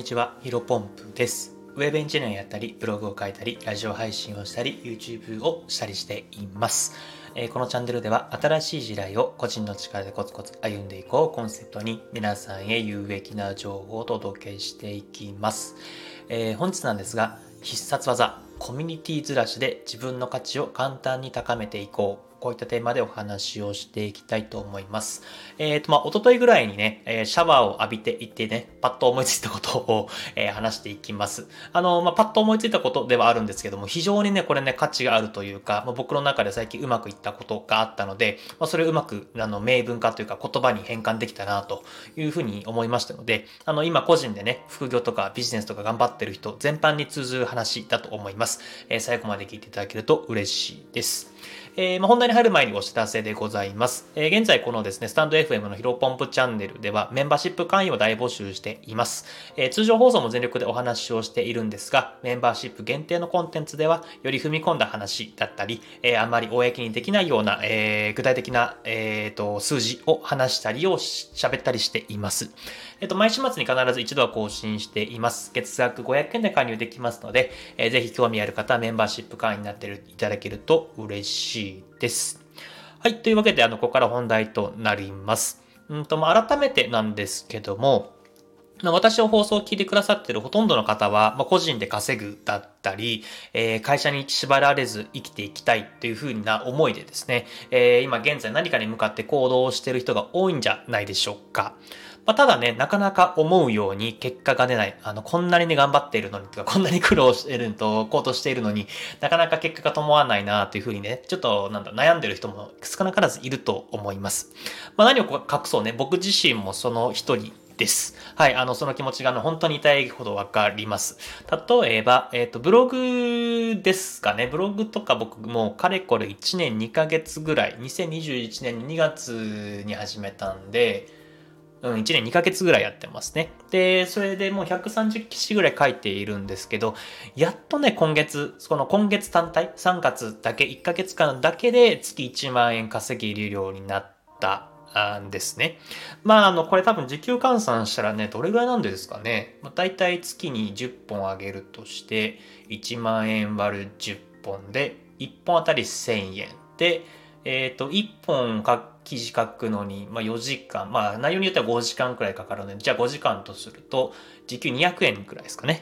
ちは、ヒロポンプです。ウェブエンジニアやったり、ブログを書いたり、ラジオ配信をしたり、YouTube をしたりしています。このチャンネルでは、新しい時代を個人の力でコツコツ歩んでいこうコンセプトに、皆さんへ有益な情報をお届けしていきます。本日なんですが、必殺技、コミュニティずらしで自分の価値を簡単に高めていこう。こういったテーマでお話をしていきたいと思います。一昨日ぐらいにね、シャワーを浴びていてね、パッと思いついたことを、話していきます。パッと思いついたことではあるんですけども、非常にね、これね、価値があるというか、僕の中で最近うまくいったことがあったので、それをうまく、明文化というか言葉に変換できたなというふうに思いましたので、今個人でね、副業とかビジネスとか頑張ってる人全般に通ずる話だと思います。最後まで聞いていただけると嬉しいです。本題に入る前にお知らせでございます。現在このですね、スタンド FM のヒロポンプチャンネルではメンバーシップ会員を大募集しています。通常放送も全力でお話をしているんですが、メンバーシップ限定のコンテンツでは、より踏み込んだ話だったり、あまり公にできないような、具体的な、数字を話したりを喋ったりしています。毎週末に必ず一度は更新しています。月額500円で加入できますので、ぜひ興味ある方はメンバーシップ会員になっていただけると嬉しいです。はい。というわけで、ここから本題となります。改めてなんですけども、私の放送を聞いてくださっているほとんどの方は、個人で稼ぐだったり、会社に縛られず生きていきたいというふうな思いでですね、今現在何かに向かって行動をしている人が多いんじゃないでしょうか。ただね、なかなか思うように結果が出ない。こんなにね、頑張っているのに、こんなに苦労していると、行動しているのになかなか結果が伴わないなというふうにね、ちょっと悩んでる人も少なからずいると思います。何を隠そうね、僕自身もその一人です。はい、その気持ちが本当に痛いほどわかります。例えば、ブログですかね。ブログとか僕もかれこれ1年2ヶ月ぐらい、2021年2月に始めたんで、1年2ヶ月ぐらいやってますね。で、それでもう130記事ぐらい書いているんですけど、やっとね、今月単体、3月だけ、1ヶ月間だけで月1万円稼げるようになったんですね。これ多分時給換算したらね、どれぐらいなんですかね。だいたい月に10本あげるとして、1万円割る10本で、1本あたり1000円で、1本記事書くのに、4時間、内容によっては5時間くらいかかるので、じゃあ5時間とすると、時給200円くらいですかね。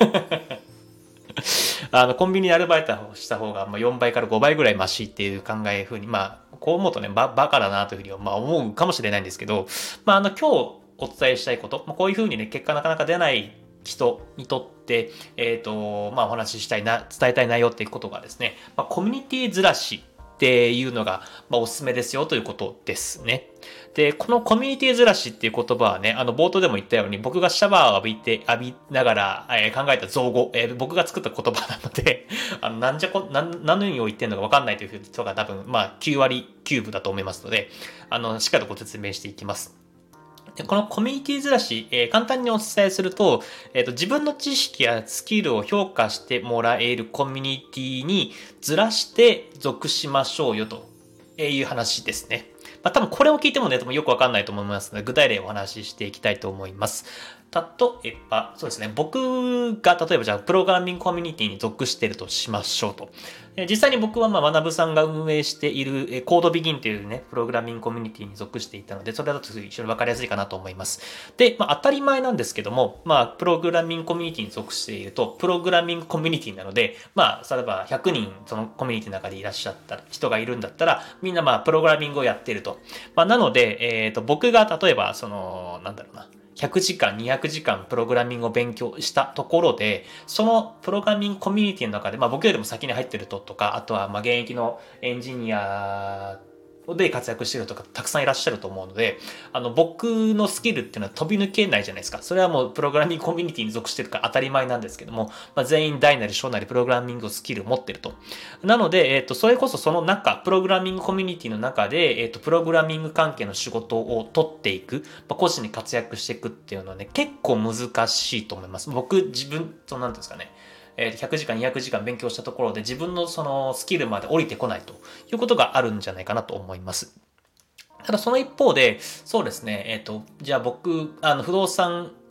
コンビニでアルバイトした方が、4倍から5倍ぐらいマシっていう考え風に、こう思うとね、バカだなというふうに、思うかもしれないんですけど、今日お伝えしたいこと、こういうふうにね、結果なかなか出ない人にとって、お話ししたいな、伝えたい内容っていうことがですね、コミュニティずらしっていうのが、おすすめですよということですね。で、このコミュニティずらしっていう言葉はね、冒頭でも言ったように、僕がシャワーを浴びながら、考えた造語、僕が作った言葉なので、何を言ってんのか分かんないという人が多分、9割9分だと思いますので、しっかりとご説明していきます。このコミュニティずらし、簡単にお伝えすると、自分の知識やスキルを評価してもらえるコミュニティにずらして属しましょうよという話ですね。多分これを聞いてもね、よくわかんないと思いますので、具体例をお話ししていきたいと思います。例えば、そうですね、僕が例えばじゃあプログラミングコミュニティに属しているとしましょうと。実際に僕は学さんが運営しているコードビギンというね、プログラミングコミュニティに属していたので、それだと一緒に分かりやすいかなと思います。で、当たり前なんですけども、プログラミングコミュニティに属していると、プログラミングコミュニティなので、例えば100人そのコミュニティの中でいらっしゃった人がいるんだったら、みんなプログラミングをやっていると。なので、僕が例えば、100時間、200時間プログラミングを勉強したところで、そのプログラミングコミュニティの中で、僕よりも先に入ってる人とか、あとは現役のエンジニアで活躍してる人とかたくさんいらっしゃると思うので、僕のスキルっていうのは飛び抜けないじゃないですか。それはもうプログラミングコミュニティに属してるから当たり前なんですけども、全員大なり小なりプログラミングスキルを持ってると。なので、それこそその中、プログラミングコミュニティの中で、プログラミング関係の仕事を取っていく、個人に活躍していくっていうのはね、結構難しいと思います。僕、なんていうんですかね。100時間、200時間勉強したところで自分のそのスキルまで降りてこないということがあるんじゃないかなと思います。ただその一方で、そうですね、じゃあ僕、不動産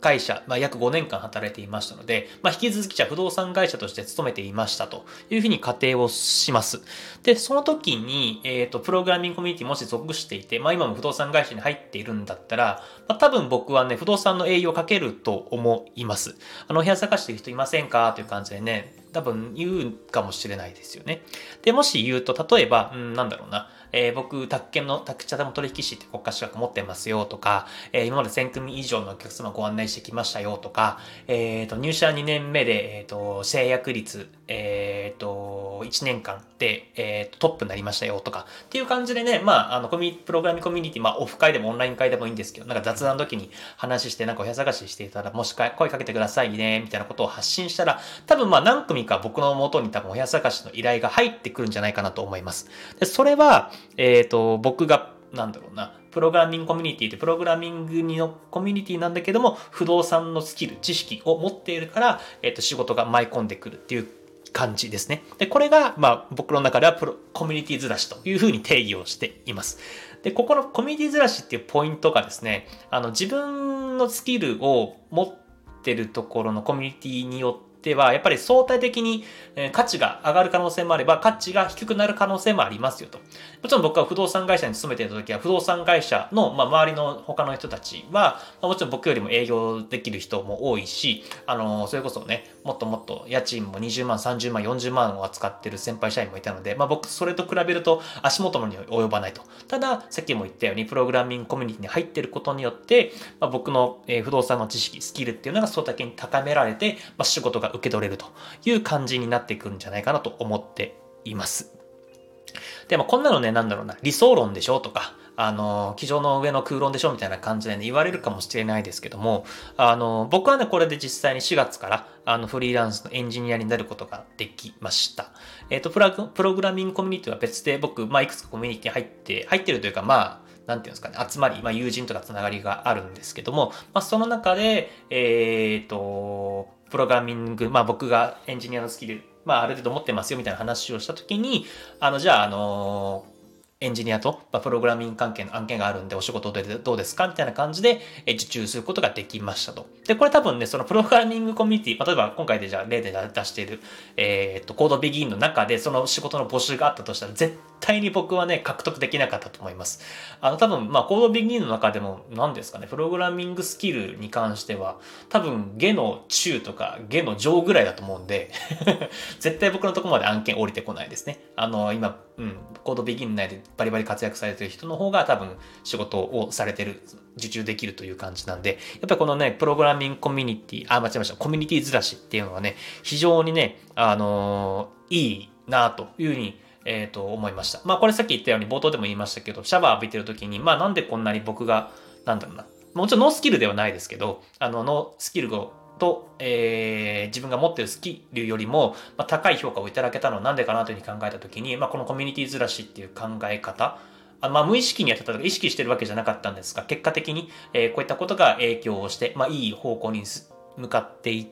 会社、約5年間働いていましたので、引き続きじゃあ不動産会社として勤めていましたというふうに仮定をします。で、その時に、プログラミングコミュニティもし属していて、今も不動産会社に入っているんだったら、多分僕はね、不動産の営業をかけると思います。部屋探してる人いませんかという感じでね、多分言うかもしれないですよね。で、もし言うと、例えば、なんだろうな、僕、宅地建物取引士って国家資格持ってますよとか、今まで1000組以上のお客様ご案内してきましたよとか、入社2年目で、制約率、1年間で、トップになりましたよとか、っていう感じでね、プログラミングコミュニティ、オフ会でもオンライン会でもいいんですけど、なんか雑談の時に話して、なんかお部屋探ししていたら、もし声かけてくださいね、みたいなことを発信したら、多分何組か僕の元に多分お部屋探しの依頼が入ってくるんじゃないかなと思います。で、それは、僕が、プログラミングコミュニティってプログラミングのコミュニティなんだけども、不動産のスキル、知識を持っているから、仕事が舞い込んでくるっていう感じですね。で、これが、僕の中ではコミュニティずらしというふうに定義をしています。で、ここのコミュニティずらしっていうポイントがですね、自分のスキルを持ってるところのコミュニティによっては、やっぱり相対的に価値が上がる可能性もあれば、価値が低くなる可能性もありますよと。もちろん僕は不動産会社に勤めていた時は、不動産会社の、周りの他の人たちは、もちろん僕よりも営業できる人も多いし、それこそね、もっともっと家賃も20万、30万、40万を扱ってる先輩社員もいたので、僕それと比べると足元に及ばないと。ただ、さっきも言ったように、プログラミングコミュニティに入っていることによって、僕の不動産の知識、スキルっていうのが相対的に高められて、仕事が受け取れるという感じになってくるんじゃないかなと思っています。でもこんなのね、理想論でしょとか、机上の上の空論でしょみたいな感じでね、言われるかもしれないですけども、僕はね、これで実際に4月から、フリーランスのエンジニアになることができました。プログラミングコミュニティは別で僕、いくつかコミュニティ入ってるというか、なんていうんですかね、集まり、友人とかつながりがあるんですけども、その中で、プログラミング、僕がエンジニアのスキル、ある程度持ってますよみたいな話をしたときに、じゃあ、エンジニアと、プログラミング関係の案件があるんでお仕事でどうですかみたいな感じで受注することができましたと。で、これ多分ね、そのプログラミングコミュニティ、例えば今回でじゃあ例で出している、コードビギンの中でその仕事の募集があったとしたら、絶対に僕はね、獲得できなかったと思います。多分、コードビギンの中でも、何ですかね、プログラミングスキルに関しては、多分、下の中とか、下の上ぐらいだと思うんで、絶対僕のところまで案件降りてこないですね。今、コードビギン内でバリバリ活躍されてる人の方が多分仕事をされてる、受注できるという感じなんで、やっぱりこのね、プログラミングコミュニティ、間違えました、コミュニティずらしっていうのはね、非常にね、いいなというふうに、思いました。これさっき言ったように冒頭でも言いましたけど、シャワー浴びてる時に、なんでこんなに僕が、もちろんノースキルではないですけど、ノースキルと、自分が持っているスキルよりも、高い評価をいただけたのはなんでかなというふうに考えたときに、このコミュニティずらしっていう考え方、無意識にやってたとか意識してるわけじゃなかったんですが、結果的に、こういったことが影響をして、いい方向に向かっていって、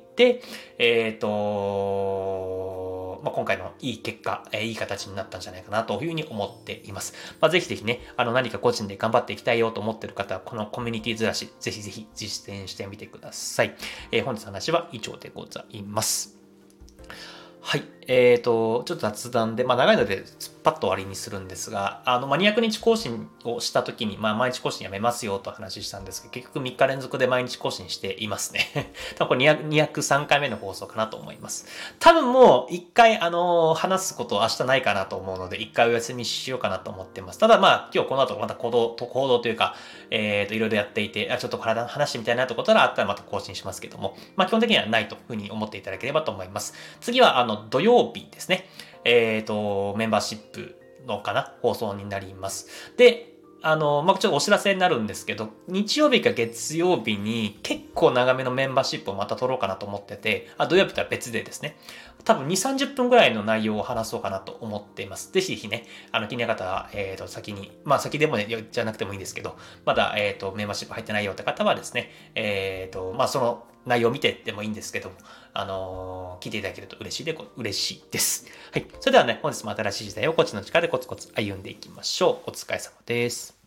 今回のいい結果、いい形になったんじゃないかなというふうに思っています。ぜひぜひね、何か個人で頑張っていきたいよと思っている方は、このコミュニティずらし、ぜひぜひ実践してみてください。本日の話は以上でございます。はい。ちょっと雑談で、長いので、パッと終わりにするんですが、200日更新をした時に、毎日更新やめますよと話したんですけど、結局3日連続で毎日更新していますね。多分これ203回目の放送かなと思います。多分もう1回、話すこと明日ないかなと思うので、1回お休みしようかなと思ってます。ただ今日この後また行動というか、いろいろやっていて、ちょっと体話してみたいなってことがあったらまた更新しますけども、基本的にはないというふうに思っていただければと思います。次は、土曜日ですね。メンバーシップの放送になります。で、ちょっとお知らせになるんですけど、日曜日か月曜日に結構長めのメンバーシップをまた取ろうかなと思ってて、土曜日とは別でですね、多分2、30分ぐらいの内容を話そうかなと思っています。ぜひぜひね、気になる方は、先に、先でもね、じゃなくてもいいんですけど、まだ、メンバーシップ入ってないよって方はですね、その内容を見てでもいいんですけど、聞いていただけると嬉しいです。はい。それではね、本日も新しい時代をこっちの力でコツコツ歩んでいきましょう。お疲れ様です。